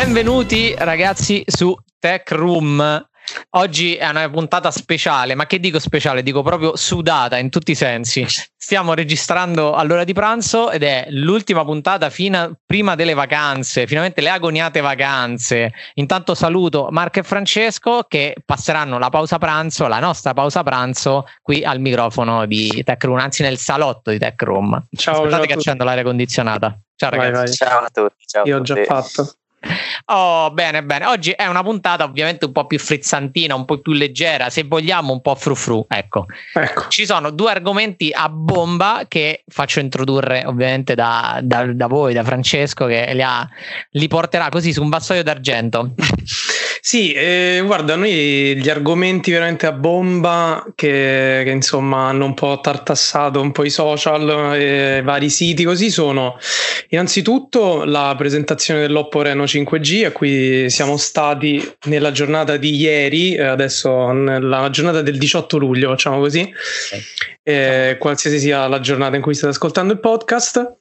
Benvenuti ragazzi su Tech Room. Oggi è una puntata speciale, ma che dico speciale? Dico proprio sudata in tutti i sensi. Stiamo registrando all'ora di pranzo ed è l'ultima puntata prima delle vacanze, finalmente le agoniate vacanze. Intanto saluto Marco e Francesco che passeranno la pausa pranzo, la nostra pausa pranzo, qui al microfono di Tech Room, anzi nel salotto di Tech Room. Ciao, aspettate che accendo l'aria condizionata. Ciao ragazzi. Vai. Ciao a tutti. Io ho già fatto. Oh, bene. Oggi è una puntata ovviamente un po' più frizzantina, un po' più leggera, se vogliamo un po' frufru. Ecco. Ci sono due argomenti a bomba che faccio introdurre ovviamente da voi, da Francesco, che li porterà così su un vassoio d'argento. Sì, guarda, noi gli argomenti veramente a bomba che insomma hanno un po' tartassato un po' i social e vari siti così sono innanzitutto la presentazione dell'Oppo Reno 5G a cui siamo stati nella giornata di ieri, adesso nella giornata del 18 luglio, facciamo così, qualsiasi sia la giornata in cui state ascoltando il podcast,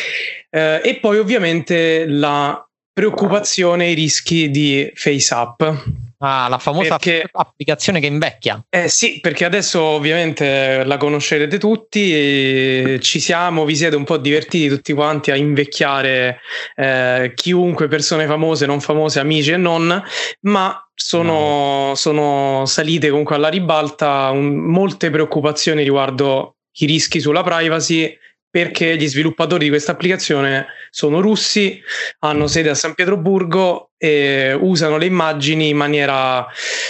e poi ovviamente la preoccupazione e i rischi di FaceApp. La famosa applicazione che invecchia. Sì, perché adesso ovviamente la conoscerete tutti e vi siete un po' divertiti tutti quanti a invecchiare chiunque, persone famose, non famose, amici e non, ma sono salite comunque alla ribalta molte preoccupazioni riguardo i rischi sulla privacy, perché gli sviluppatori di questa applicazione sono russi, hanno sede a San Pietroburgo e usano le immagini in maniera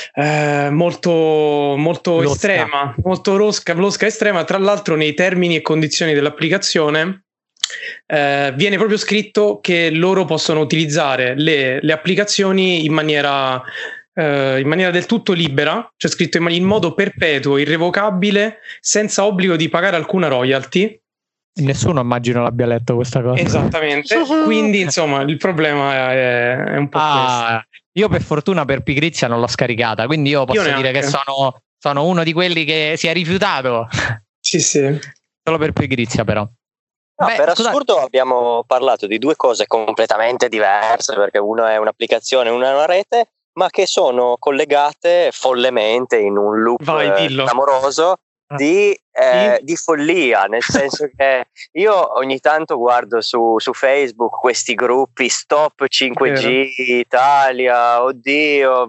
molto estrema, molto losca estrema. Tra l'altro nei termini e condizioni dell'applicazione viene proprio scritto che loro possono utilizzare le applicazioni in maniera del tutto libera, c'è scritto in modo perpetuo, irrevocabile, senza obbligo di pagare alcuna royalty. Nessuno immagino l'abbia letto questa cosa. Esattamente, quindi insomma il problema è un po' questo. Io per fortuna per pigrizia non l'ho scaricata, quindi io posso dire che sono uno di quelli che si è rifiutato. Sì. Solo per pigrizia però. Per assurdo abbiamo parlato di due cose completamente diverse, perché una è un'applicazione, una è una rete, ma che sono collegate follemente in un loop amoroso di follia, nel senso che io ogni tanto guardo su Facebook questi gruppi Stop 5G Italia, oddio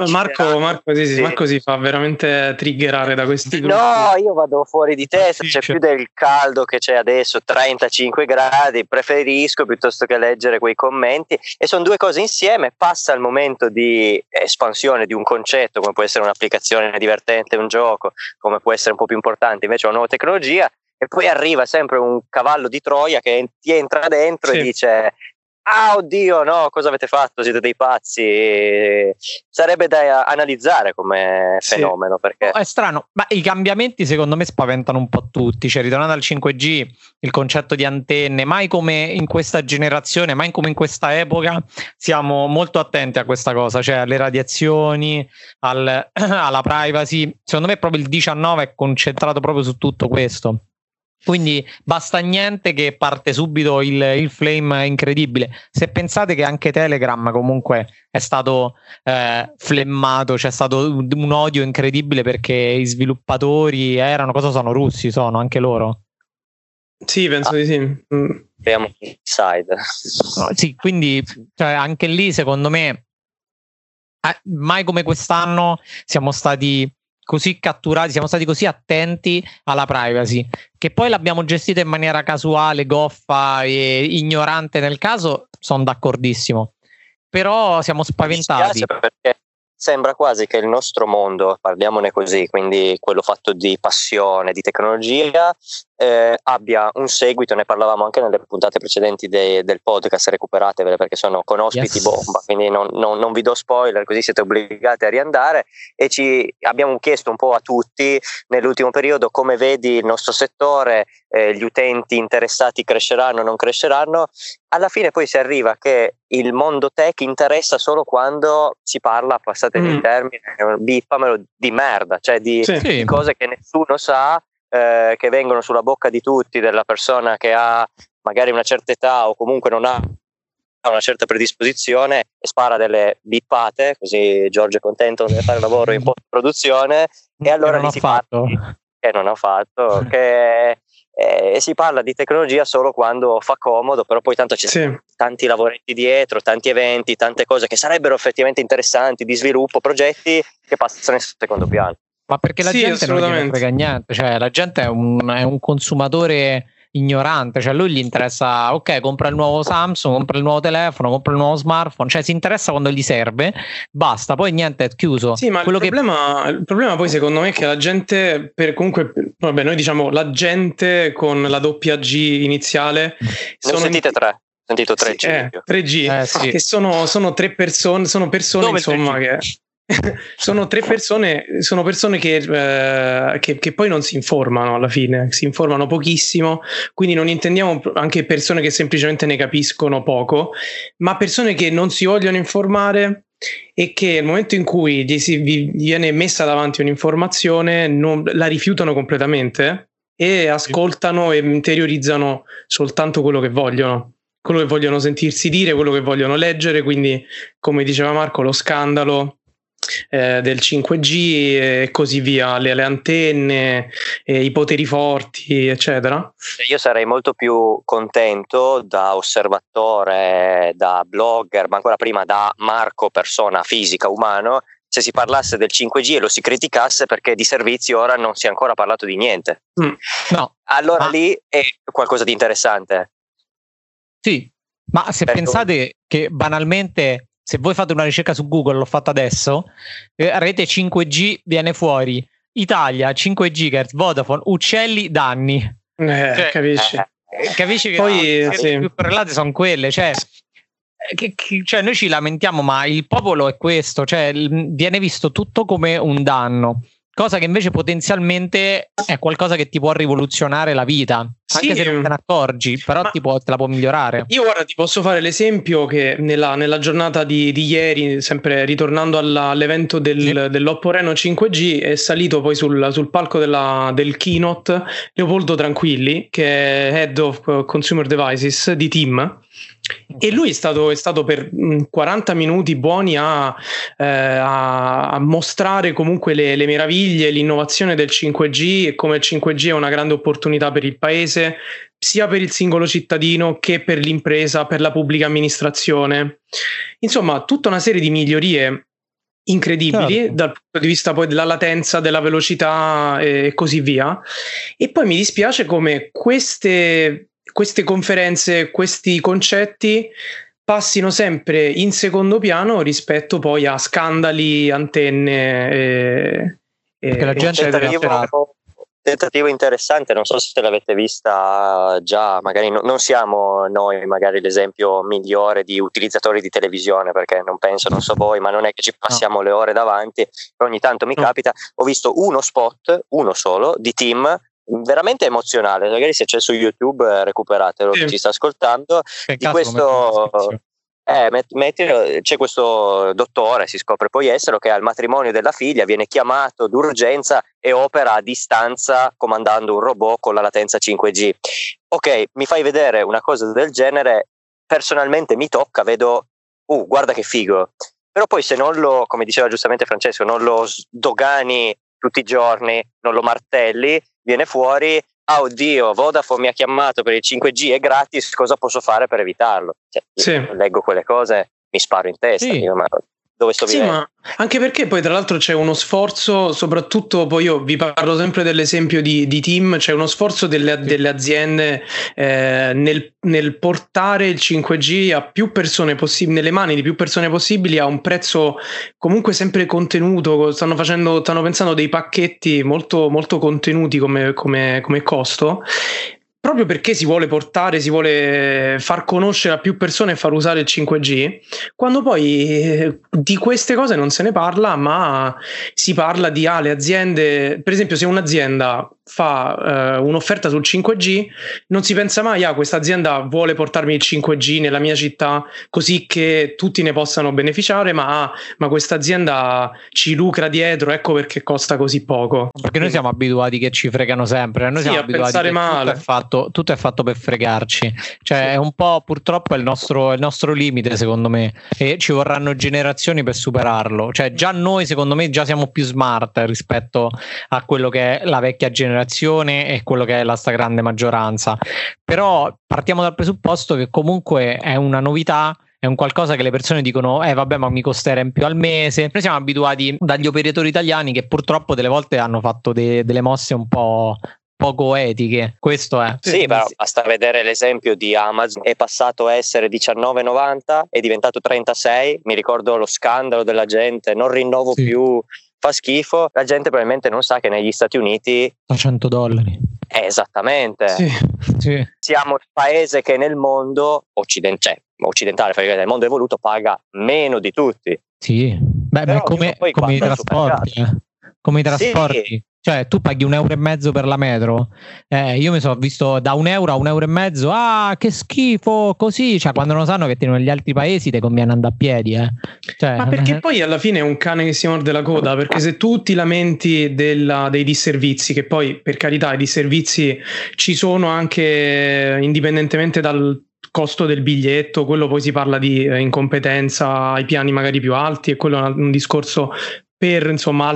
Marco si fa veramente triggerare da questi gruppi. No, io vado fuori di testa, c'è più del caldo che c'è adesso, 35 gradi, preferisco piuttosto che leggere quei commenti, e sono due cose insieme. Passa il momento di espansione di un concetto, come può essere un'applicazione divertente, un gioco, come può essere un po' più importante invece una nuova tecnologia, e poi arriva sempre un cavallo di Troia che ti entra dentro e dice: oddio, no, cosa avete fatto? Siete dei pazzi. Sarebbe da analizzare come fenomeno, perché è strano, ma i cambiamenti secondo me spaventano un po' tutti. Cioè, ritornando al 5G, il concetto di antenne, mai come in questa generazione, mai come in questa epoca siamo molto attenti a questa cosa, cioè alle radiazioni, alla privacy. Secondo me proprio il 19 è concentrato proprio su tutto questo. Quindi basta niente che parte subito il flame incredibile. Se pensate che anche Telegram comunque è stato flemmato, c'è stato un odio incredibile perché i sviluppatori sono russi, sono anche loro. Sì, penso di sì. Abbiamo inside. No, sì, quindi cioè, anche lì secondo me mai come quest'anno siamo stati così catturati, siamo stati così attenti alla privacy, che poi l'abbiamo gestita in maniera casuale, goffa e ignorante nel caso, sono d'accordissimo, però siamo spaventati. Mi dispiace perché sembra quasi che il nostro mondo, parliamone così, quindi quello fatto di passione, di tecnologia, abbia un seguito. Ne parlavamo anche nelle puntate precedenti del podcast, recuperatevele perché sono con ospiti bomba, quindi non vi do spoiler, così siete obbligati a riandare. E abbiamo chiesto un po' a tutti nell'ultimo periodo come vedi il nostro settore, gli utenti interessati cresceranno o non cresceranno. Alla fine poi si arriva che il mondo tech interessa solo quando si parla, passate il termine, bippamelo, di merda, cioè di cose che nessuno sa, che vengono sulla bocca di tutti, della persona che ha magari una certa età o comunque non ha una certa predisposizione e spara delle bippate, così Giorgio è contento, non deve fare lavoro in post-produzione, e allora lì si parla che non ho fatto, che si parla di tecnologia solo quando fa comodo, però poi tanto c'è tanti lavoretti dietro, tanti eventi, tante cose che sarebbero effettivamente interessanti di sviluppo, progetti che passano in secondo piano. Ma perché la gente non gliene frega niente, cioè la gente è un consumatore ignorante, cioè a lui gli interessa, ok, compra il nuovo Samsung, compra il nuovo telefono, compra il nuovo smartphone, cioè si interessa quando gli serve, basta, poi niente, è chiuso. Sì, ma il problema poi secondo me è che la gente, vabbè, noi diciamo la gente con la doppia G iniziale, sentito 3G. 3G, sì. Che sono tre persone, sono persone Dove insomma che sono persone che poi non si informano, alla fine si informano pochissimo, quindi non intendiamo anche persone che semplicemente ne capiscono poco, ma persone che non si vogliono informare e che nel momento in cui gli viene messa davanti un'informazione la rifiutano completamente e ascoltano e interiorizzano soltanto quello che vogliono sentirsi dire, quello che vogliono leggere. Quindi, come diceva Marco, lo scandalo del 5G e così via, le antenne, i poteri forti, eccetera. Io sarei molto più contento da osservatore, da blogger, ma ancora prima da Marco, persona fisica, umano, se si parlasse del 5G e lo si criticasse perché di servizi ora non si è ancora parlato di niente. No. Allora lì è qualcosa di interessante. Sì, ma se pensate che banalmente, se voi fate una ricerca su Google, l'ho fatto adesso, rete 5G viene fuori Italia, 5 GHz, Vodafone, uccelli, danni. Cioè, capisci che poi, le più correlate sono quelle, cioè noi ci lamentiamo, ma il popolo è questo, cioè viene visto tutto come un danno, cosa che invece potenzialmente è qualcosa che ti può rivoluzionare la vita, anche se non te ne accorgi, però te la può migliorare. Io guarda, ti posso fare l'esempio che nella giornata di ieri, sempre ritornando all'evento dell'Oppo Reno 5G, è salito poi sul palco del keynote Leopoldo Tranquilli, che è Head of Consumer Devices di TIM. E lui è stato per 40 minuti buoni a mostrare comunque le meraviglie, l'innovazione del 5G e come il 5G è una grande opportunità per il paese, sia per il singolo cittadino che per l'impresa, per la pubblica amministrazione. Insomma, tutta una serie di migliorie incredibili dal punto di vista poi della latenza, della velocità e così via. E poi mi dispiace come queste conferenze, questi concetti passino sempre in secondo piano rispetto poi a scandali, antenne perché la gente tentativo interessante, non so se l'avete vista già, magari non siamo noi magari l'esempio migliore di utilizzatori di televisione, perché non so voi, ma non è che ci passiamo le ore davanti, ogni tanto mi capita. Ho visto uno solo di TIM veramente emozionale, magari se c'è su YouTube recuperatelo, chi ci sta ascoltando, di questo c'è questo dottore, si scopre poi essere, che al matrimonio della figlia viene chiamato d'urgenza e opera a distanza comandando un robot con la latenza 5G. Ok, mi fai vedere una cosa del genere, personalmente mi tocca, vedo guarda che figo, però poi se non lo, come diceva giustamente Francesco, non lo sdogani tutti i giorni, non lo martelli, viene fuori, oddio, Vodafone mi ha chiamato per il 5G, è gratis, cosa posso fare per evitarlo? Io leggo quelle cose, mi sparo in testa, ma dove sto vivendo? Ma anche perché poi tra l'altro c'è uno sforzo, soprattutto poi io vi parlo sempre dell'esempio di TIM, c'è uno sforzo delle aziende nel portare il 5G a più persone possibili, nelle mani di più persone possibili, a un prezzo comunque sempre contenuto. Stanno pensando dei pacchetti molto, molto contenuti come costo, proprio perché si vuole far conoscere a più persone e far usare il 5G, quando poi di queste cose non se ne parla, ma si parla di le aziende. Per esempio, se un'azienda fa un'offerta sul 5G, non si pensa mai questa azienda vuole portarmi il 5G nella mia città così che tutti ne possano beneficiare, ma questa azienda ci lucra dietro, ecco perché costa così poco. Perché noi siamo abituati che ci fregano sempre, noi siamo abituati pensare male. Tutto è fatto per fregarci, cioè è un po' purtroppo il nostro limite, secondo me, e ci vorranno generazioni per superarlo. Cioè già noi, secondo me, già siamo più smart rispetto a quello che è la vecchia generazione e quello che è la stragrande maggioranza. Però partiamo dal presupposto che comunque è una novità, è un qualcosa che le persone dicono vabbè, ma mi costerà in più al mese. Noi siamo abituati dagli operatori italiani che purtroppo delle volte hanno fatto delle mosse un po' poco etiche. Questo è. Sì, però basta vedere l'esempio di Amazon, è passato a essere $19,90, è diventato 36. Mi ricordo lo scandalo della gente, non rinnovo più, fa schifo. La gente probabilmente non sa che negli Stati Uniti a $100. Esattamente. Sì. Siamo il paese che nel mondo occidentale, nel mondo evoluto, paga meno di tutti. Sì, beh, come i trasporti. Come i trasporti. Sì. Cioè, tu paghi €1,50 per la metro. Io mi sono visto da €1 a €1,50. Ah, che schifo! Così, cioè, quando non sanno che negli altri paesi ti conviene andare a piedi, Cioè, ma perché poi alla fine è un cane che si morde la coda, perché se tu ti lamenti dei disservizi, che poi per carità i disservizi ci sono anche indipendentemente dal costo del biglietto, quello poi si parla di incompetenza ai piani magari più alti, e quello è un discorso per insomma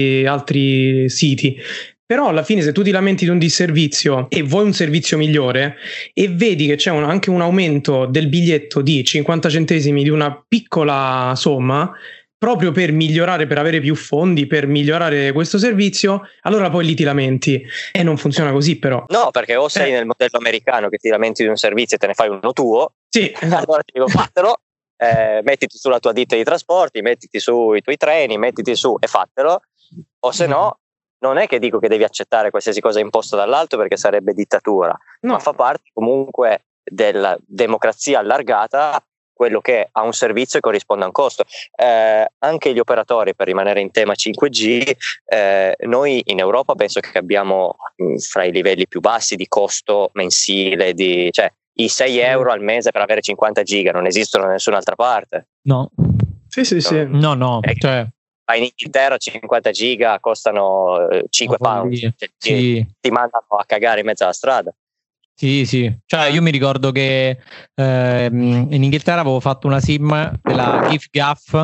altri siti. Però alla fine, se tu ti lamenti di un disservizio e vuoi un servizio migliore e vedi che c'è anche un aumento del biglietto di 50 centesimi, di una piccola somma, proprio per migliorare, per avere più fondi, per migliorare questo servizio, allora poi lì ti lamenti. E non funziona così, però. No, perché o sei nel modello americano che ti lamenti di un servizio e te ne fai uno tuo, sì, allora ti dico fatelo. Mettiti sulla tua ditta di trasporti, mettiti sui tuoi treni, mettiti su e fatelo, o se no non è che dico che devi accettare qualsiasi cosa imposta dall'alto, perché sarebbe dittatura, ma fa parte comunque della democrazia allargata, quello che ha un servizio e corrisponde a un costo. Anche gli operatori, per rimanere in tema 5G, noi in Europa penso che abbiamo fra i livelli più bassi di costo mensile, cioè i €6 al mese per avere 50 giga non esistono da nessun'altra parte. No. Sì. No. Cioè, in Inghilterra 50 giga costano £5. Cioè, ti mandano a cagare in mezzo alla strada. Sì. Cioè, io mi ricordo che in Inghilterra avevo fatto una SIM della GiffGaff,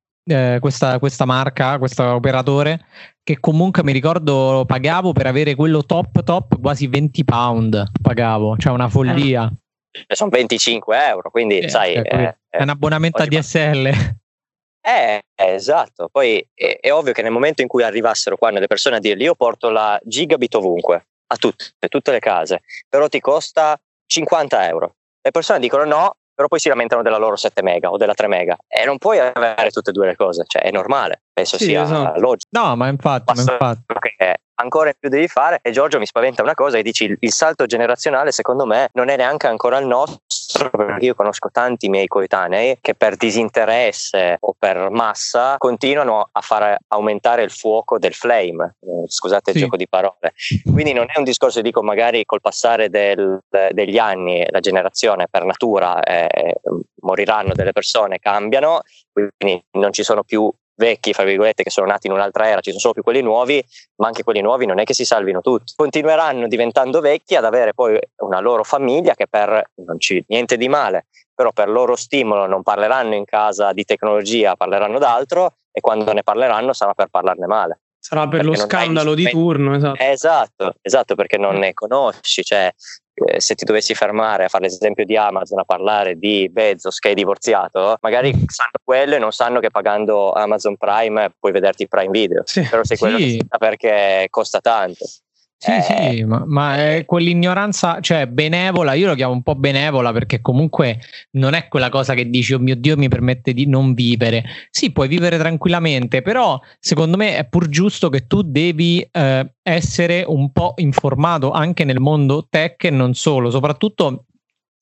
questa marca, questo operatore, che comunque mi ricordo pagavo per avere quello top quasi £20 pagavo, cioè una follia. Sono €25, quindi sai, è un abbonamento a DSL. Esatto. Poi è ovvio che nel momento in cui arrivassero qua le persone a dirgli io porto la gigabit ovunque, a tutte le case, però ti costa €50, le persone dicono no, però poi si lamentano della loro 7 mega o della 3 mega, e non puoi avere tutte e due le cose, cioè è normale, penso sia logico. No, ma infatti. Che ancora in più devi fare. E Giorgio, mi spaventa una cosa, e dici il salto generazionale secondo me non è neanche ancora il nostro, perché io conosco tanti miei coetanei che per disinteresse o per massa continuano a fare aumentare il fuoco del flame, scusate il gioco di parole. Quindi non è un discorso, dico, magari col passare degli anni la generazione per natura moriranno delle persone, cambiano, quindi non ci sono più vecchi, fra virgolette, che sono nati in un'altra era, ci sono solo più quelli nuovi, ma anche quelli nuovi non è che si salvino tutti, continueranno diventando vecchi ad avere poi una loro famiglia che non c'è niente di male, però per loro stimolo non parleranno in casa di tecnologia, parleranno d'altro, e quando ne parleranno sarà per parlarne male. Sarà per lo scandalo di turno, esatto, perché non ne conosci, cioè se ti dovessi fermare a fare l'esempio di Amazon, a parlare di Bezos che è divorziato, magari sanno quello e non sanno che pagando Amazon Prime puoi vederti Prime Video, però sei quello che sa perché costa tanto. Sì, ma è quell'ignoranza, cioè benevola, io lo chiamo un po' benevola, perché comunque non è quella cosa che dici oh mio Dio mi permette di non vivere. Sì, puoi vivere tranquillamente, però secondo me è pur giusto che tu devi essere un po' informato anche nel mondo tech e non solo, soprattutto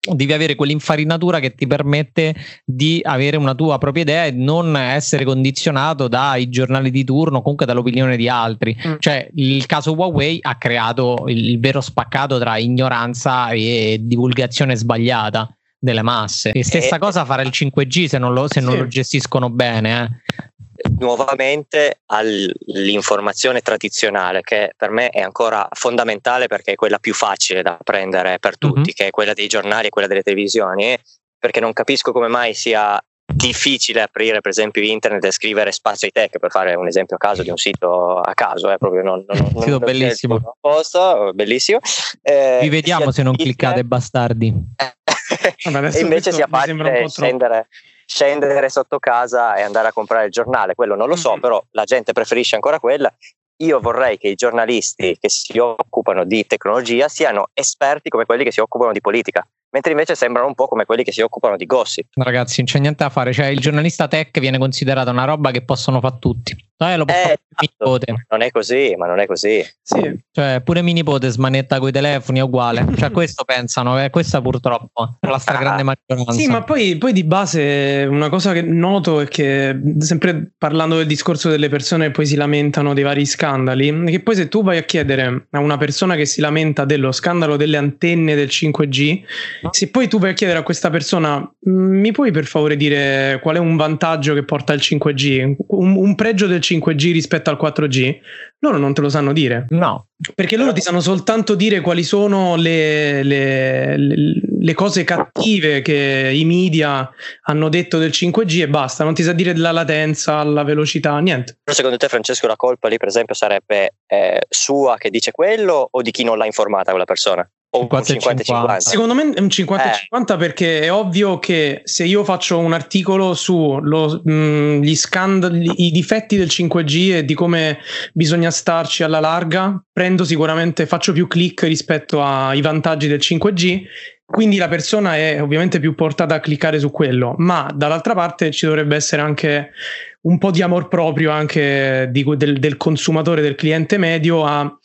devi avere quell'infarinatura che ti permette di avere una tua propria idea e non essere condizionato dai giornali di turno, comunque dall'opinione di altri. Cioè il caso Huawei ha creato il vero spaccato tra ignoranza e divulgazione sbagliata delle masse, e stessa cosa farà il 5G se non lo gestiscono bene. Nuovamente all'informazione tradizionale, che per me è ancora fondamentale perché è quella più facile da prendere per tutti, che è quella dei giornali e quella delle televisioni, perché non capisco come mai sia difficile aprire per esempio internet e scrivere Spazio Tech, per fare un esempio a caso di un sito a caso, proprio non sito bellissimo apposta, bellissimo. Vi vediamo se non cliccate, bastardi. E invece sia facile scendere sotto casa e andare a comprare il giornale, quello non lo so, però la gente preferisce ancora quella. Io vorrei che i giornalisti che si occupano di tecnologia siano esperti come quelli che si occupano di politica, mentre invece sembrano un po' come quelli che si occupano di gossip. Ragazzi, non c'è niente da fare, cioè il giornalista tech viene considerato una roba che possono fare tutti. Lo può fare mio nipote. Non è così, ma non è così. Sì. Cioè pure mio nipote smanetta coi telefoni, è uguale. Cioè questo pensano, questa purtroppo è la stragrande maggioranza. Sì, ma poi di base una cosa che noto è che, sempre parlando del discorso delle persone che poi si lamentano dei vari scandali, che poi se tu vai a chiedere a una persona che si lamenta dello scandalo delle antenne del 5G, se poi tu vai a chiedere a questa persona, mi puoi per favore dire qual è un vantaggio che porta il 5G, un pregio del 5G rispetto al 4G, loro non te lo sanno dire. No. Perché loro ti sanno soltanto dire quali sono le cose cattive che i media hanno detto del 5G e basta, non ti sa dire della latenza, la velocità, niente. Però secondo te, Francesco, la colpa lì per esempio sarebbe sua che dice quello, o di chi non l'ha informata quella persona? O un 50-50? Secondo me è un 50-50 perché è ovvio che se io faccio un articolo su gli scandali, i difetti del 5G e di come bisogna starci alla larga, faccio più click rispetto ai vantaggi del 5G, quindi la persona è ovviamente più portata a cliccare su quello, ma dall'altra parte ci dovrebbe essere anche un po' di amor proprio anche del consumatore, del cliente medio a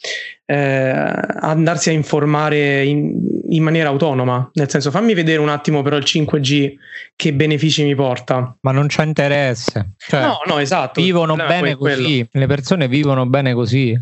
andarsi a informare in maniera autonoma, nel senso fammi vedere un attimo però il 5G che benefici mi porta. Ma non c'è interesse, cioè, no, esatto, vivono bene così, le persone vivono bene così.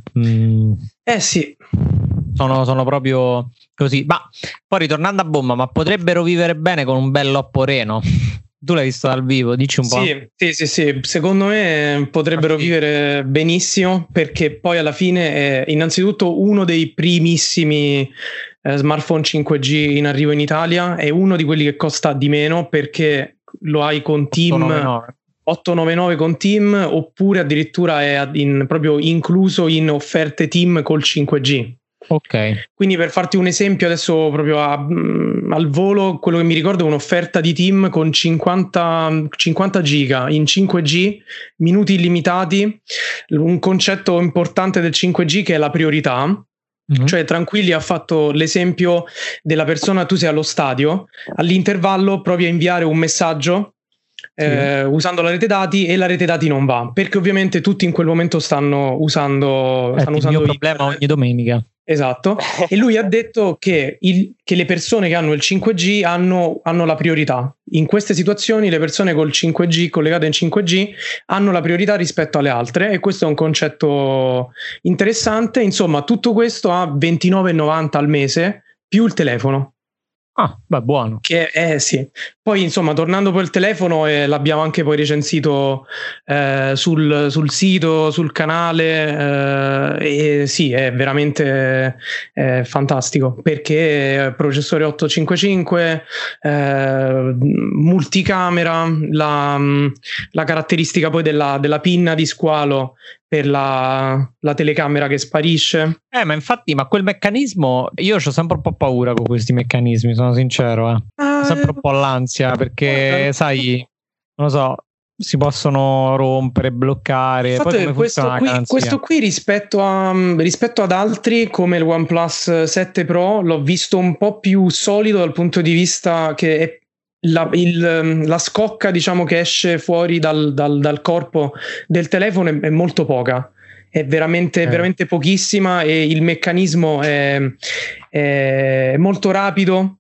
Sì, sono proprio così. Ma poi ritornando a bomba, ma potrebbero vivere bene con un bel Oppo Reno? Tu l'hai visto dal vivo, dici un po'. Sì, secondo me potrebbero vivere benissimo, perché poi alla fine è innanzitutto uno dei primissimi smartphone 5G in arrivo in Italia, è uno di quelli che costa di meno perché lo hai con TIM 899 con TIM, oppure addirittura è proprio incluso in offerte TIM col 5G. Ok. Quindi per farti un esempio adesso proprio al volo, quello che mi ricordo è un'offerta di TIM con 50 giga in 5G, minuti illimitati, un concetto importante del 5G che è la priorità. Cioè Tranquilli ha fatto l'esempio della persona, tu sei allo stadio, all'intervallo provi a inviare un messaggio usando la rete dati e la rete dati non va, perché ovviamente tutti in quel momento stanno usando il mio problema ogni domenica. Esatto, e lui ha detto che le persone che hanno il 5G hanno la priorità. In queste situazioni le persone col 5G, collegate in 5G, hanno la priorità rispetto alle altre, e questo è un concetto interessante. Insomma, tutto questo a €29,90 al mese più il telefono. Ah, beh, buono. Che sì. Poi insomma, tornando poi al telefono, l'abbiamo anche poi recensito sul sito, sul canale, e sì, è veramente fantastico, perché processore 855, multicamera, la caratteristica poi della pinna di squalo per la telecamera che sparisce. Ma infatti, ma quel meccanismo, io ho sempre un po' paura con questi meccanismi, sono sincero, ho sempre un po' l'ansia, perché sai, non lo so, si possono rompere, bloccare. Poi come questo qui rispetto ad altri come il OnePlus 7 Pro l'ho visto un po' più solido dal punto di vista che è la scocca, diciamo, che esce fuori dal corpo del telefono è molto poca, è veramente pochissima, e il meccanismo è molto rapido.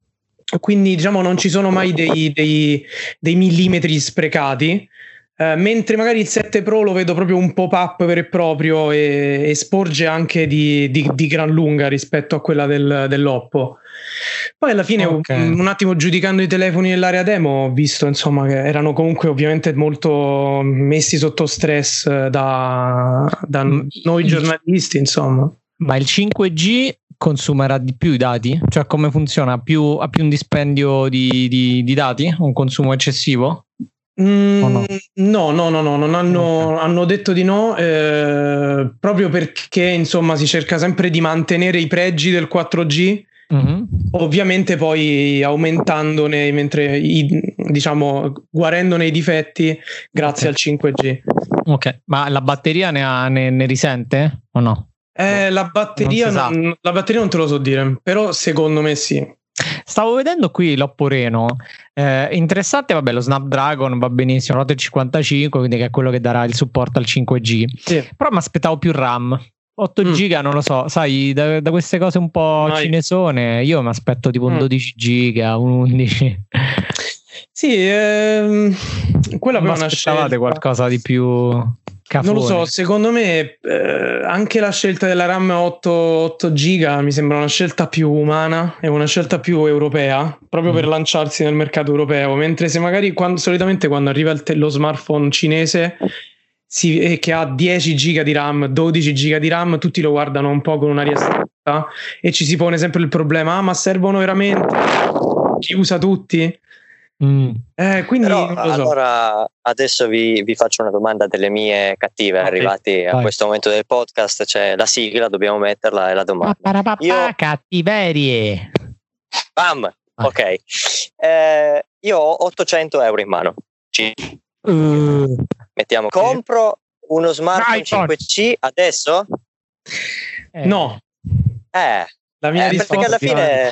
quindi diciamo non ci sono mai dei millimetri sprecati. Mentre magari il 7 Pro lo vedo proprio un pop-up vero e proprio e sporge anche di gran lunga rispetto a quella dell'Oppo. Poi alla fine un attimo giudicando i telefoni nell'area demo ho visto insomma che erano comunque ovviamente molto messi sotto stress da noi giornalisti, insomma. Ma il 5G consumerà di più i dati? Cioè come funziona? Ha più un dispendio di dati? Un consumo eccessivo? No, non hanno detto di no, proprio perché insomma si cerca sempre di mantenere i pregi del 4G, ovviamente poi aumentandone, mentre diciamo guarendone i difetti grazie al 5G. Ok, ma la batteria ne risente o no? La batteria non te lo so dire, però secondo me sì. Stavo vedendo qui l'Oppo Reno, interessante, vabbè, lo Snapdragon va benissimo, l'855, quindi che è quello che darà il supporto al 5G, sì. Però mi aspettavo più RAM, 8 giga non lo so, sai, da queste cose un po' cinesone io mi aspetto tipo un 12 giga, un 11. Sì, quella poi è una scelta. Qualcosa di più cafone. Non lo so, secondo me anche la scelta della RAM 8 giga mi sembra una scelta più umana e una scelta più europea, proprio per lanciarsi nel mercato europeo, mentre se magari solitamente quando arriva lo smartphone cinese che ha 10 giga di RAM, 12 giga di RAM, tutti lo guardano un po' con un'aria stretta e ci si pone sempre il problema, ma servono veramente? Chi usa tutti? Quindi però, non lo so. Allora adesso vi faccio una domanda delle mie cattive, arrivati a questo momento del podcast, c'è la sigla, dobbiamo metterla, e la domanda cattiverie. Bam! Ok, io ho 800 euro in mano, mettiamo, compro uno smartphone 5G adesso? No, la mia risposta perché alla fine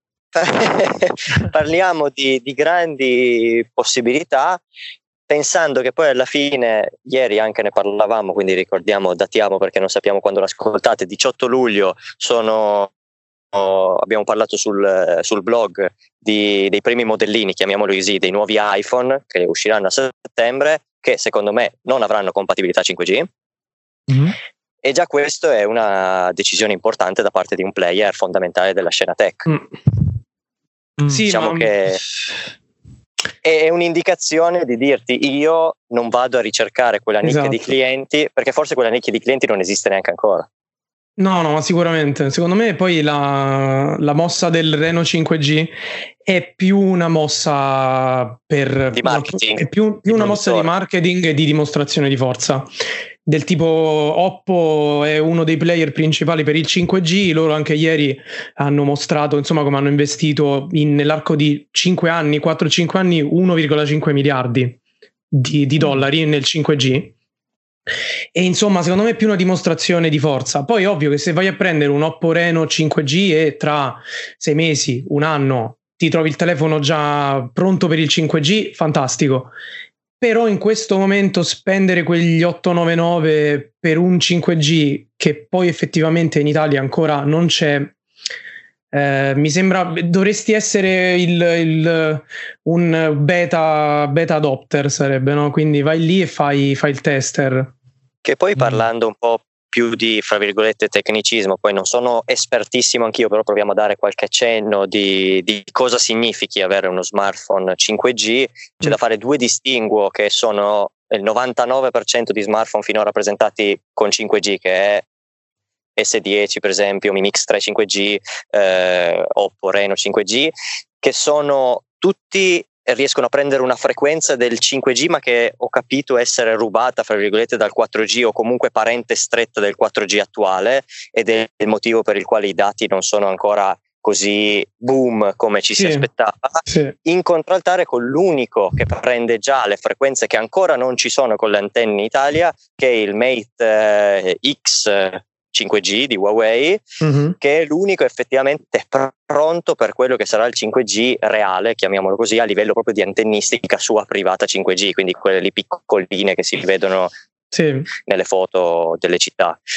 parliamo di grandi possibilità, pensando che poi alla fine, ieri anche ne parlavamo, quindi ricordiamo, datiamo perché non sappiamo quando l'ascoltate, 18 luglio abbiamo parlato sul blog dei primi modellini, chiamiamoli così, dei nuovi iPhone che usciranno a settembre, che secondo me non avranno compatibilità 5G. E già questo è una decisione importante da parte di un player fondamentale della scena tech. Sì, diciamo che è un'indicazione di dirti: io non vado a ricercare quella nicchia di clienti, perché forse quella nicchia di clienti non esiste neanche ancora. No, sicuramente. Secondo me poi la mossa del Reno 5G è più una mossa di marketing, è più una mossa di marketing e di dimostrazione di forza. Del tipo, Oppo è uno dei player principali per il 5G, loro anche ieri hanno mostrato insomma come hanno investito nell'arco di 5 anni, 4-5 anni, 1,5 miliardi di dollari nel 5G. E insomma secondo me è più una dimostrazione di forza. Poi ovvio che se vai a prendere un Oppo Reno 5G e tra 6 mesi, un anno ti trovi il telefono già pronto per il 5G, fantastico. Però in questo momento spendere quegli 899 per un 5G che poi effettivamente in Italia ancora non c'è, mi sembra dovresti essere un beta adopter, sarebbe, no? Quindi vai lì e fai il tester. Che poi, parlando un po' più di, fra virgolette, tecnicismo, poi non sono espertissimo anch'io, però proviamo a dare qualche accenno di cosa significhi avere uno smartphone 5G. C'è da fare due distinguo, che sono il 99% di smartphone finora presentati con 5G, che è S10 per esempio, Mi Mix 3 5G, Oppo Reno 5G, che sono tutti, riescono a prendere una frequenza del 5G, ma che ho capito essere rubata, fra virgolette, dal 4G, o comunque parente stretta del 4G attuale, ed è il motivo per il quale i dati non sono ancora così boom come ci si aspettava, in contraltare con l'unico che prende già le frequenze che ancora non ci sono con le antenne in Italia, che è il Mate X 5G di Huawei, che è l'unico effettivamente pronto per quello che sarà il 5G reale, chiamiamolo così, a livello proprio di antennistica sua privata 5G, quindi quelle lì piccoline che si vedono nelle foto delle città.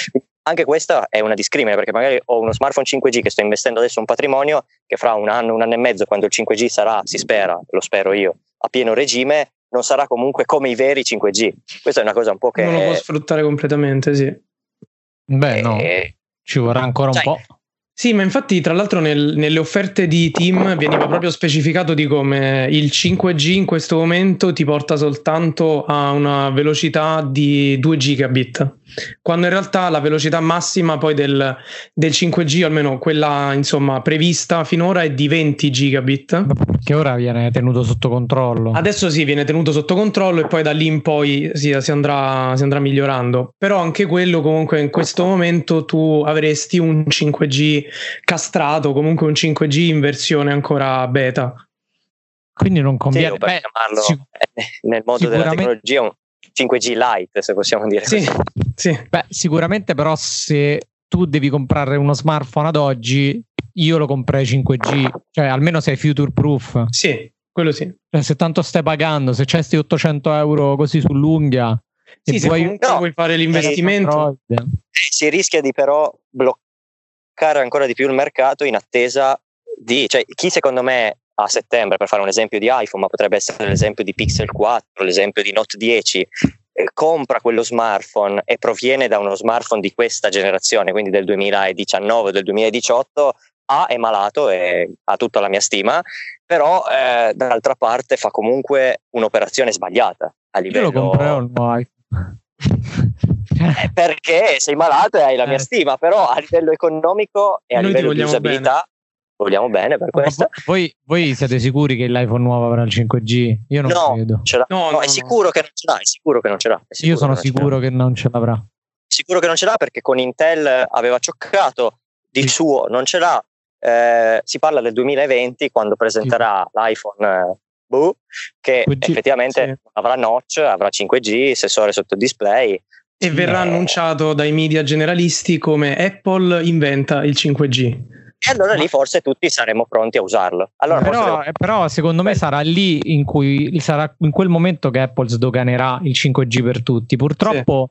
anche questa è una discrimine, perché magari ho uno smartphone 5G che sto investendo adesso un patrimonio che fra un anno e mezzo, quando il 5G sarà, si spera, lo spero io, a pieno regime, non sarà comunque come i veri 5G. Questa è una cosa un po' che non lo può sfruttare completamente, sì. Beh, no, ci vorrà ancora un po'. Sì, ma infatti tra l'altro nelle offerte di Team veniva proprio specificato di come il 5G in questo momento ti porta soltanto a una velocità di 2 gigabit, quando in realtà la velocità massima poi del 5G, almeno quella insomma prevista finora, è di 20 gigabit. Che ora viene tenuto sotto controllo. Adesso sì, viene tenuto sotto controllo e poi da lì in poi si andrà migliorando. Però anche quello comunque in questo momento tu avresti un 5G castrato, comunque un 5G in versione ancora beta. Quindi non conviene. Sì, per chiamarlo nel mondo della tecnologia un 5G Lite, se possiamo dire così. Sì. Beh, sicuramente però se tu devi comprare uno smartphone ad oggi, io lo comprerei 5G, cioè almeno sei future proof. Sì, quello sì. Cioè, se tanto stai pagando, se c'è sti 800 euro così sull'unghia, sì, se vuoi fare l'investimento, si rischia di però bloccare ancora di più il mercato in attesa di, cioè chi secondo me a settembre, per fare un esempio di iPhone, ma potrebbe essere l'esempio di Pixel 4, l'esempio di Note 10, compra quello smartphone e proviene da uno smartphone di questa generazione, quindi del 2019, del 2018, è malato e ha tutta la mia stima, però dall'altra parte fa comunque un'operazione sbagliata a livello. Io lo comprerò il nuovo iPhone. Perché sei malato e hai la mia stima, però a livello economico e a livello di usabilità vogliamo bene per questo. Voi siete sicuri che l'iPhone nuovo avrà il 5G? Io non credo. No, è sicuro che non ce l'ha, è sicuro che non ce l'ha. Io sono sicuro che non ce l'avrà. Sicuro che non ce l'ha, perché con Intel aveva cioccato, di suo non ce l'ha. Si parla del 2020, quando presenterà l'iPhone che 5G, effettivamente avrà notch, avrà 5G, sensore sotto display. E verrà annunciato dai media generalisti come Apple inventa il 5G. E allora lì forse tutti saremo pronti a usarlo. Allora, però secondo me sarà lì in cui sarà in quel momento che Apple sdoganerà il 5G per tutti. Purtroppo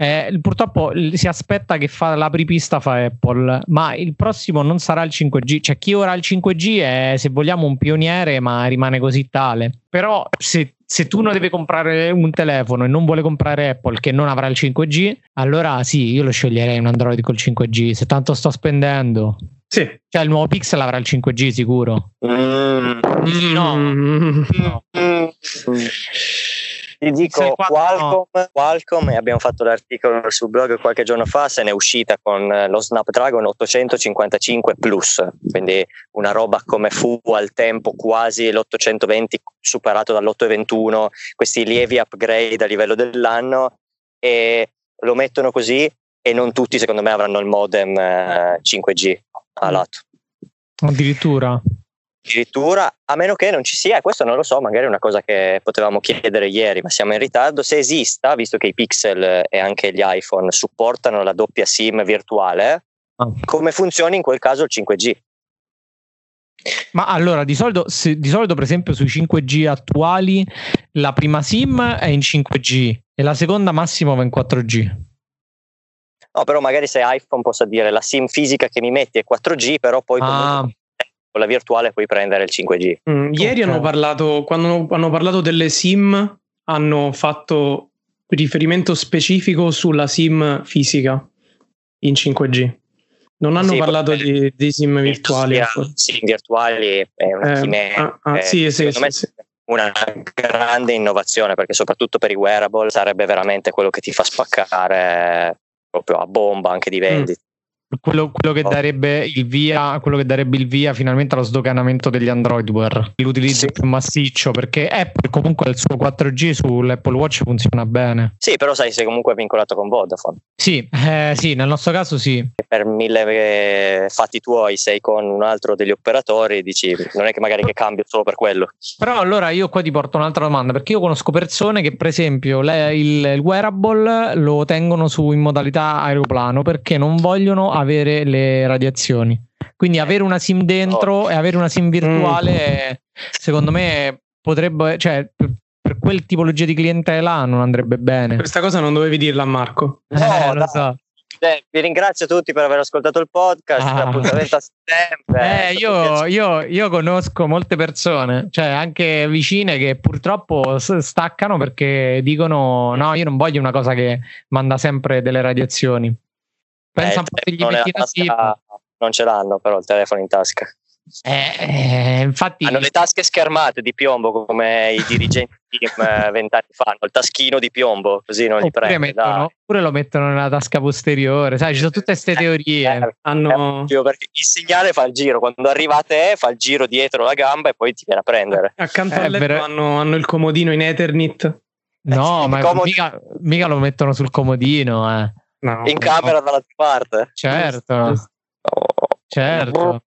si aspetta che fa l'apripista fa Apple, ma il prossimo non sarà il 5G. Cioè chi ora ha il 5G è, se vogliamo, un pioniere, ma rimane così tale. Però se tu non devi comprare un telefono e non vuole comprare Apple che non avrà il 5G, allora sì, io lo sceglierei un Android col 5G, se tanto sto spendendo. Sì. Cioè il nuovo Pixel avrà il 5G sicuro. No. Ti dico, Qualcomm, e abbiamo fatto l'articolo sul blog qualche giorno fa, se n'è uscita con lo Snapdragon 855 Plus, quindi una roba come fu al tempo quasi l'820 superato dall'821, questi lievi upgrade a livello dell'anno, e lo mettono così, e non tutti secondo me avranno il modem 5G a lato. Addirittura, a meno che non ci sia, questo non lo so, magari è una cosa che potevamo chiedere ieri, ma siamo in ritardo, se esista, visto che i Pixel e anche gli iPhone supportano la doppia SIM virtuale, come funziona in quel caso il 5G? Ma allora di solito per esempio sui 5G attuali la prima SIM è in 5G e la seconda massimo va in 4G. No, però magari se iPhone possa dire la SIM fisica che mi metti è 4G, però poi comunque con la virtuale puoi prendere il 5G. Ieri hanno parlato, quando hanno parlato delle SIM, hanno fatto riferimento specifico sulla SIM fisica in 5G. Non hanno parlato di SIM virtuali. SIM virtuali è una chimera. Secondo me una grande innovazione, perché soprattutto per i wearable sarebbe veramente quello che ti fa spaccare proprio a bomba anche di vendita. Quello che darebbe il via finalmente allo sdoganamento degli Androidware, l'utilizzo più massiccio, perché Apple comunque il suo 4G sull'Apple Watch funziona bene. Sì, però sai, sei comunque vincolato con Vodafone. Sì, nel nostro caso sì. Per 1000 fatti tuoi sei con un altro degli operatori, dici, non è che magari che cambio solo per quello. Però allora io qua ti porto un'altra domanda, perché io conosco persone che per esempio il wearable lo tengono in modalità aeroplano perché non vogliono avere le radiazioni, quindi avere una SIM dentro e avere una SIM virtuale secondo me potrebbe, cioè per quel tipologia di clientela non andrebbe bene. Questa cosa non dovevi dirla a Marco. No, lo so. Vi ringrazio tutti per aver ascoltato il podcast. Appuntamento a settembre. Io conosco molte persone, cioè anche vicine, che purtroppo staccano perché dicono: no, io non voglio una cosa che manda sempre delle radiazioni. Pensa un po' se gli metti non ce l'hanno però il telefono in tasca. Infatti hanno le tasche schermate di piombo come i dirigenti team 20 anni fa, hanno il taschino di piombo così non li prende. Oppure lo mettono nella tasca posteriore, sai, ci sono tutte queste teorie. Perché il segnale fa il giro, quando arriva a te fa il giro dietro la gamba e poi ti viene a prendere. Accanto al letto hanno il comodino in Ethernet. No, ma mica lo mettono sul comodino, No, in camera dall'altra parte. Certo. Certo.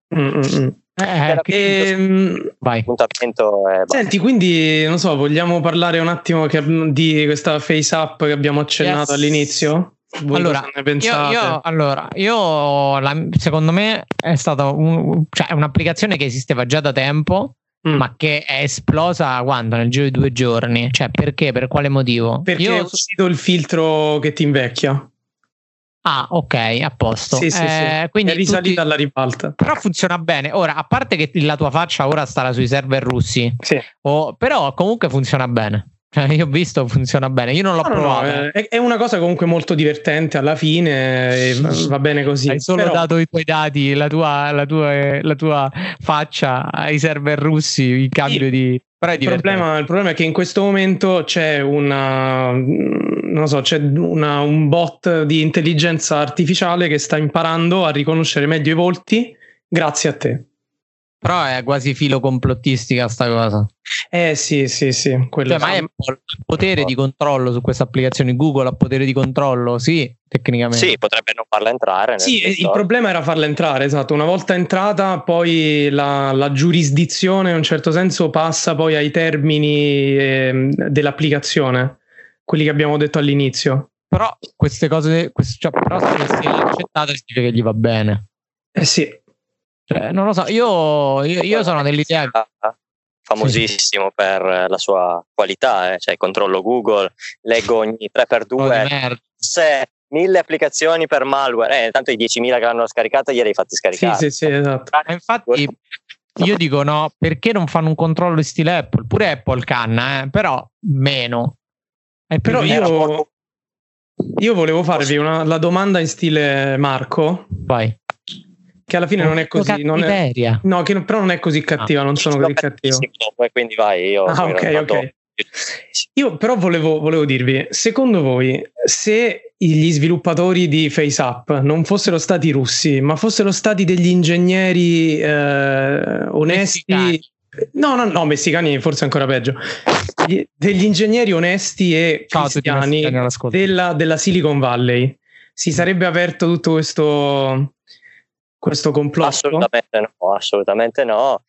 Vai. Senti, quindi non so, vogliamo parlare un attimo di questa face app che abbiamo accennato all'inizio? Voi allora, cosa ne pensate? secondo me è stata un'applicazione che esisteva già da tempo, ma che è esplosa quando? Nel giro di 2 giorni. Cioè, perché? Per quale motivo? Perché è uscito il filtro che ti invecchia. Ah, ok, a posto. Sì. Quindi è risalita alla ribalta. Però funziona bene. Ora, a parte che la tua faccia ora starà sui server russi, però comunque funziona bene. Io ho visto, funziona bene. Io non l'ho provato. È una cosa comunque molto divertente alla fine, e va bene così. Hai solo dato i tuoi dati, la tua faccia ai server russi in cambio di... Però il problema è che in questo momento c'è un bot di intelligenza artificiale che sta imparando a riconoscere meglio i volti grazie a te. Però è quasi filo complottistica sta cosa. Sì. Ma è potere di controllo su queste applicazioni. Google ha potere di controllo, sì, tecnicamente. Sì, potrebbe non farla entrare. Il problema era farla entrare, esatto. Una volta entrata, poi la giurisdizione in un certo senso passa poi ai termini dell'applicazione, quelli che abbiamo detto all'inizio. Però queste cose, però se l'ha accettata significa che gli va bene. Sì. Non lo so, io sono dell'idea famosissimo per la sua qualità, cioè controllo Google, leggo ogni 3x2 se 1000 applicazioni per malware, tanto i 10.000 che l'hanno scaricata glieli hai fatti scaricare. Sì, esatto. Infatti io dico no, perché non fanno un controllo in stile Apple? Pure Apple canna, però meno. Però io volevo farvi la domanda in stile Marco. Vai. Che alla fine non è così, però non è così cattiva, non sono così cattivo. Quindi vai, ok. Io però volevo dirvi, secondo voi, se gli sviluppatori di FaceApp non fossero stati russi, ma fossero stati degli ingegneri onesti, messicani. Messicani forse ancora peggio, degli ingegneri onesti e cristiani della Silicon Valley, si sarebbe aperto tutto questo complotto? Assolutamente no.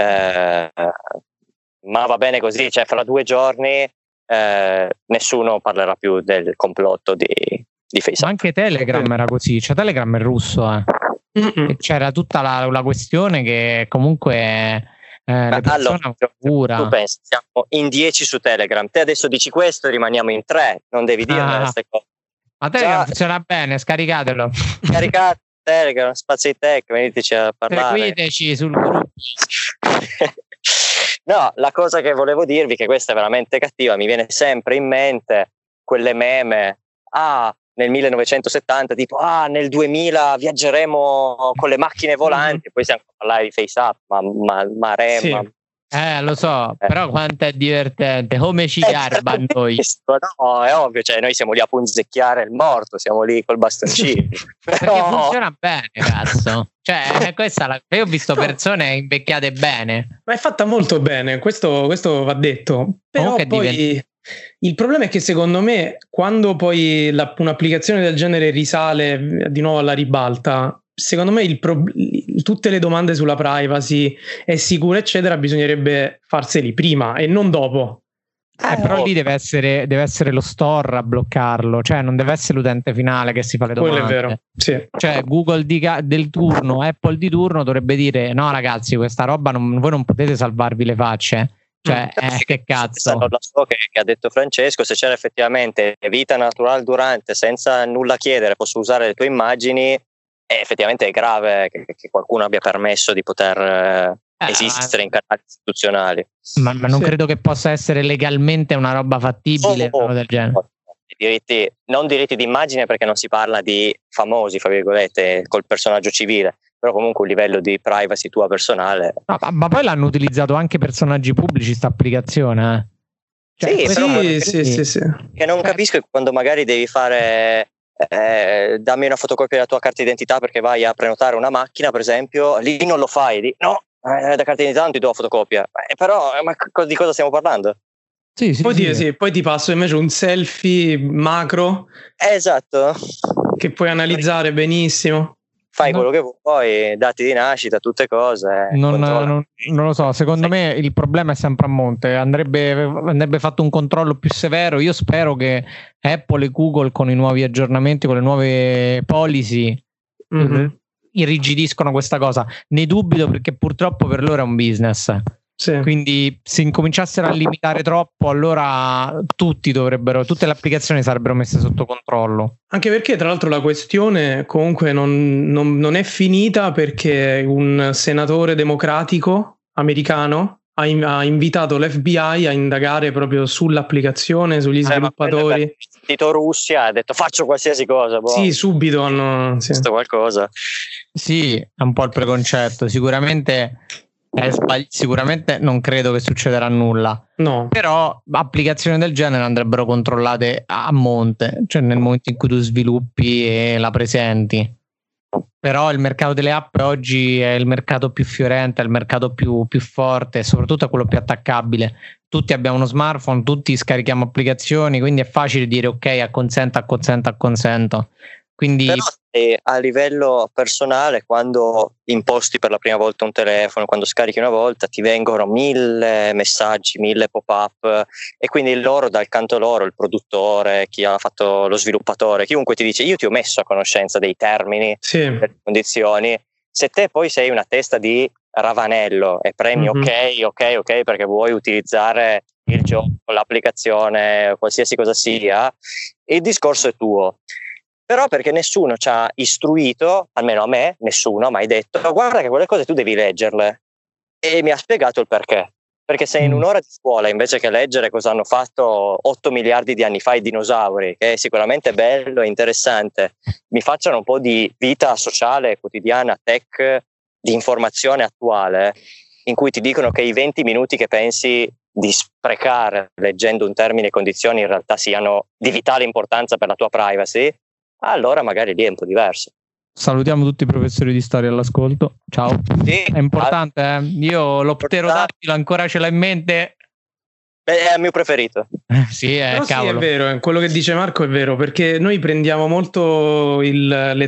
Ma va bene così, cioè fra 2 giorni nessuno parlerà più del complotto di Facebook. Ma anche Telegram era così, cioè Telegram è russo, E c'era tutta la questione che comunque le persone hanno paura. Tu pensi, siamo in 10 su Telegram, te adesso dici questo, rimaniamo in 3, non devi dire queste cose. Ma Telegram funziona bene, scaricatelo. Caricate Telegram, Spazio Tech, veniteci a parlare. Seguiteci sul gruppo. No, la cosa che volevo dirvi, che questa è veramente cattiva, mi viene sempre in mente quelle meme, nel 1970, tipo, nel 2000 viaggeremo con le macchine volanti, poi siamo a parlare di FaceApp, ma lo so, però quanto è divertente, come ci garba noi. No, è ovvio, cioè noi siamo lì a punzecchiare il morto, siamo lì col bastoncino. Perché funziona bene, cazzo. Cioè, io ho visto persone invecchiate bene. Ma è fatta molto bene, questo va detto. Però poi il problema è che secondo me, quando poi un'applicazione del genere risale di nuovo alla ribalta, secondo me tutte le domande sulla privacy, è sicuro eccetera, bisognerebbe farseli prima e non dopo. Però lì deve essere lo store a bloccarlo, cioè non deve essere l'utente finale che si fa le domande. Quello è vero, sì. Cioè Google del turno, Apple di turno dovrebbe dire: no ragazzi, questa roba voi non potete salvarvi le facce, Cioè, che cazzo. Non la so che ha detto Francesco, se c'era effettivamente vita naturale durante, senza nulla chiedere, posso usare le tue immagini, effettivamente è grave che qualcuno abbia permesso di poter esistere in canali istituzionali. Ma non credo che possa essere legalmente una roba fattibile, del genere. Non diritti di immagine, perché non si parla di famosi, fra virgolette, col personaggio civile, però comunque un livello di privacy tua personale. No, ma poi l'hanno utilizzato anche personaggi pubblici sta applicazione. Cioè, sì. Che non capisco quando magari devi fare dammi una fotocopia della tua carta d'identità perché vai a prenotare una macchina, per esempio, lì non lo fai, no, la carta d'identità non ti do la fotocopia, però ma di cosa stiamo parlando? Poi ti passo invece un selfie macro, esatto, che puoi analizzare benissimo. Fai quello che vuoi, dati di nascita, tutte cose. Non lo so, secondo me il problema è sempre a monte, andrebbe fatto un controllo più severo. Io spero che Apple e Google, con i nuovi aggiornamenti, con le nuove policy, irrigidiscono questa cosa. Ne dubito, perché purtroppo per loro è un business. Sì. Quindi se incominciassero a limitare troppo, allora tutte le applicazioni sarebbero messe sotto controllo. Anche perché tra l'altro la questione comunque non è finita, perché un senatore democratico americano ha invitato l'FBI a indagare proprio sull'applicazione, sugli sviluppatori. Tito Russia ha detto faccio qualsiasi cosa. Sì, subito hanno visto qualcosa. Sì, è un po' il preconcetto. Sicuramente non credo che succederà nulla. No. Però applicazioni del genere andrebbero controllate a monte, cioè nel momento in cui tu sviluppi e la presenti. Però il mercato delle app oggi è il mercato più fiorente, è il mercato più forte, e soprattutto è quello più attaccabile. Tutti abbiamo uno smartphone, tutti scarichiamo applicazioni, quindi è facile dire ok, acconsento. Quindi però a livello personale, quando imposti per la prima volta un telefono, quando scarichi una volta, ti vengono 1000 messaggi, 1000 pop-up, e quindi loro, dal canto loro, il produttore, chi ha fatto lo sviluppatore, chiunque ti dice io ti ho messo a conoscenza dei termini, delle condizioni. Se te poi sei una testa di ravanello e premi ok perché vuoi utilizzare il gioco, l'applicazione, qualsiasi cosa sia, il discorso è tuo. Però perché nessuno ci ha istruito, almeno a me, nessuno ha mai detto guarda che quelle cose tu devi leggerle, e mi ha spiegato il perché. Perché se in un'ora di scuola, invece che leggere cosa hanno fatto 8 miliardi di anni fa i dinosauri, che è sicuramente bello e interessante, mi facciano un po' di vita sociale, quotidiana, tech, di informazione attuale, in cui ti dicono che i 20 minuti che pensi di sprecare leggendo un termine e condizioni in realtà siano di vitale importanza per la tua privacy, allora magari lì è un po' diverso. Salutiamo tutti i professori di storia all'ascolto. Ciao. Sì, è importante, Io lo pterodattilo ancora ce l'ho in mente. È il mio preferito. Sì, è vero, quello che dice Marco è vero, perché noi prendiamo molto il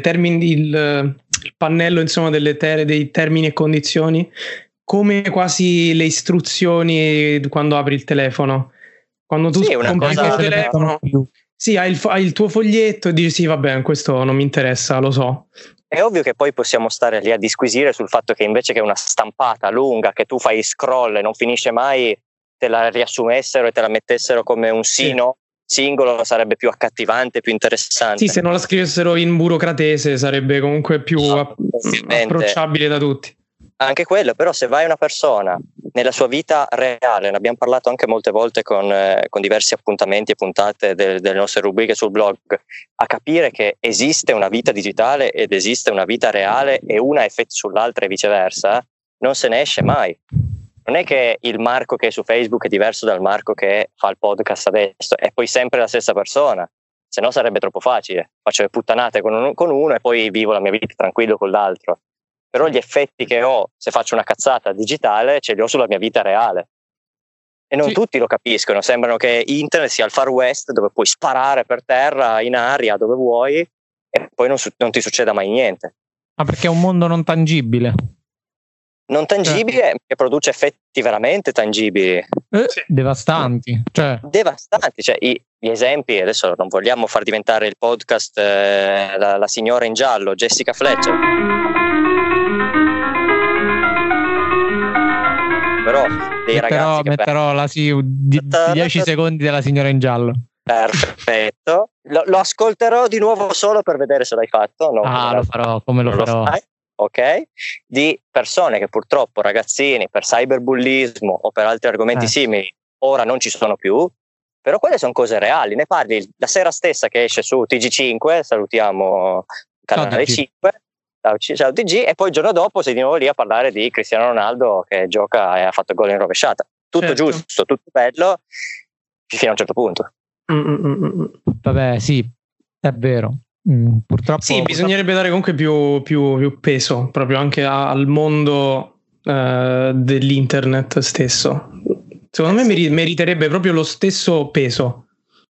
pannello, insomma, dei termini e condizioni come quasi le istruzioni quando apri il telefono. Quando tu compri il telefono, hai il tuo foglietto e dici sì, vabbè, questo non mi interessa, lo so. È ovvio che poi possiamo stare lì a disquisire sul fatto che invece che una stampata lunga che tu fai scroll e non finisce mai, te la riassumessero e te la mettessero come un singolo, sarebbe più accattivante, più interessante. Sì, se non la scrivessero in burocratese sarebbe comunque più approcciabile da tutti. Anche quello, però se vai una persona nella sua vita reale, ne abbiamo parlato anche molte volte con diversi appuntamenti e puntate delle nostre rubriche sul blog, a capire che esiste una vita digitale ed esiste una vita reale e una ha effetti sull'altra e viceversa, non se ne esce mai. Non è che il Marco che è su Facebook è diverso dal Marco che fa il podcast adesso, è poi sempre la stessa persona, se no sarebbe troppo facile. Faccio le puttanate con uno e poi vivo la mia vita tranquillo con l'altro. Però gli effetti che ho se faccio una cazzata digitale ce li ho sulla mia vita reale. E non tutti lo capiscono, sembrano che internet sia il Far West dove puoi sparare per terra, in aria, dove vuoi, e poi non ti succeda mai niente. Ma perché è un mondo non tangibile. Non tangibile, che produce effetti veramente tangibili. Devastanti. Devastanti, gli esempi, adesso non vogliamo far diventare il podcast la signora in giallo, Jessica Fletcher. Però dei ragazzi che metterò 10 secondi della signora in giallo. Perfetto, lo ascolterò di nuovo solo per vedere se l'hai fatto. No, lo farò, come lo farò. Ok, di persone che purtroppo, ragazzini, per cyberbullismo o per altri argomenti simili, ora non ci sono più, però quelle sono cose reali. Ne parli la sera stessa che esce su TG5, salutiamo canale 5, ciao TG, e poi il giorno dopo sei di nuovo lì a parlare di Cristiano Ronaldo che gioca e ha fatto gol in rovesciata. Tutto giusto, tutto bello, fino a un certo punto. Vabbè, sì, è vero. Purtroppo sì, bisognerebbe dare comunque più peso proprio anche al mondo dell'internet stesso. Secondo me meriterebbe proprio lo stesso peso.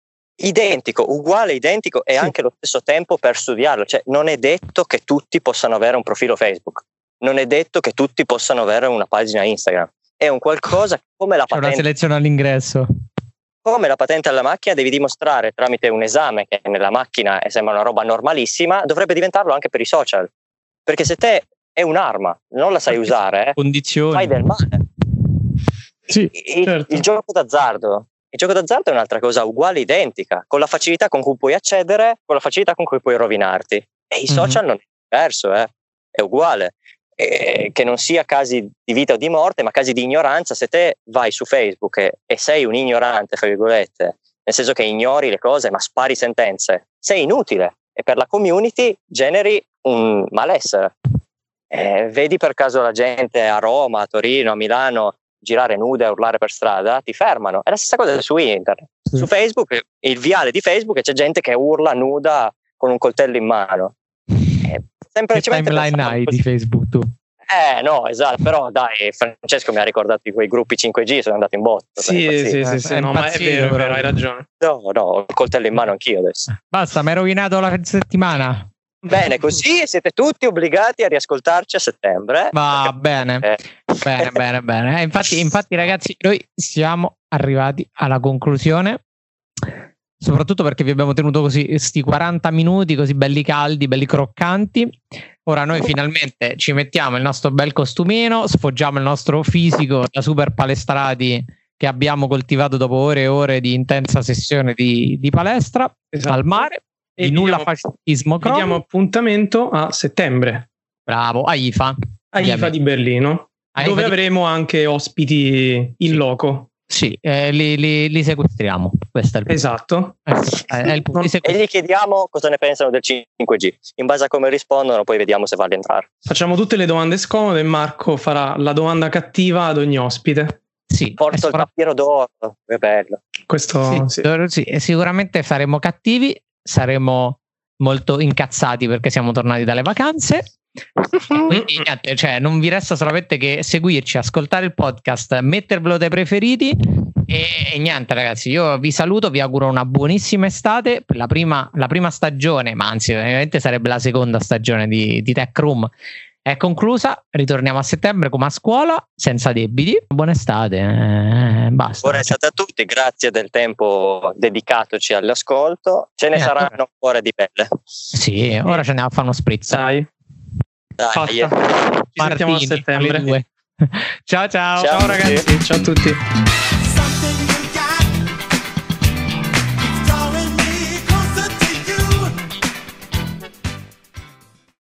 Uguale, identico, e anche lo stesso tempo per studiarlo. Cioè, non è detto che tutti possano avere un profilo Facebook, non è detto che tutti possano avere una pagina Instagram. È un qualcosa come la patente. C'è una selezione all'ingresso. Come la patente alla macchina devi dimostrare tramite un esame che nella macchina sembra una roba normalissima, dovrebbe diventarlo anche per i social. Perché se te è un'arma, non la sai usare, fai del male. Sì, il gioco d'azzardo. Il gioco d'azzardo è un'altra cosa uguale, identica, con la facilità con cui puoi accedere, con la facilità con cui puoi rovinarti. E i social non è diverso, è uguale. Che non sia casi di vita o di morte, ma casi di ignoranza. Se te vai su Facebook e sei un ignorante, fra virgolette, nel senso che ignori le cose ma spari sentenze, sei inutile e per la community generi un malessere. Vedi per caso la gente a Roma, a Torino, a Milano girare nuda e urlare per strada, ti fermano. È la stessa cosa su internet. Su Facebook, il viale di Facebook, c'è gente che urla nuda con un coltello in mano. Che timeline hai di Facebook tu? No, esatto, però dai, Francesco mi ha ricordato di quei gruppi 5G, sono andato in botto. Sì, no, ma è vero, hai ragione. No, ho il coltello in mano anch'io adesso. Basta, mi hai rovinato la settimana. Bene, così siete tutti obbligati a riascoltarci a settembre. Va bene, bene. Infatti ragazzi, noi siamo arrivati alla conclusione, soprattutto perché vi abbiamo tenuto così sti 40 minuti così belli caldi, belli croccanti. Ora noi finalmente ci mettiamo il nostro bel costumino, sfoggiamo il nostro fisico da super palestrati che abbiamo coltivato dopo ore e ore di intensa sessione di palestra al mare. E di nulla fascismo. Diamo appuntamento a settembre. Bravo, a IFA di Berlino, dove avremo anche ospiti in loco. Sì, li sequestriamo. Questo è il punto. Esatto. È il punto. E gli chiediamo cosa ne pensano del 5G. In base a come rispondono, poi vediamo se farli entrare. Facciamo tutte le domande scomode e Marco farà la domanda cattiva ad ogni ospite. Sì, porto il tapiro d'oro, che bello. Questo sì, sicuramente saremo cattivi. Saremo molto incazzati perché siamo tornati dalle vacanze. Quindi niente, cioè, non vi resta solamente che seguirci, ascoltare il podcast, mettervelo dai preferiti e niente ragazzi, io vi saluto, vi auguro una buonissima estate. La prima stagione, ma anzi ovviamente sarebbe la seconda stagione di Tech Room è conclusa, ritorniamo a settembre come a scuola, senza debiti. Buona estate, basta. Buona estate a tutti, grazie del tempo dedicatoci all'ascolto, ce ne saranno ancora di belle. Sì, ora ce ne va a fare uno spritz. Dai. Ci sentiamo a settembre. Ciao ragazzi, ciao a tutti.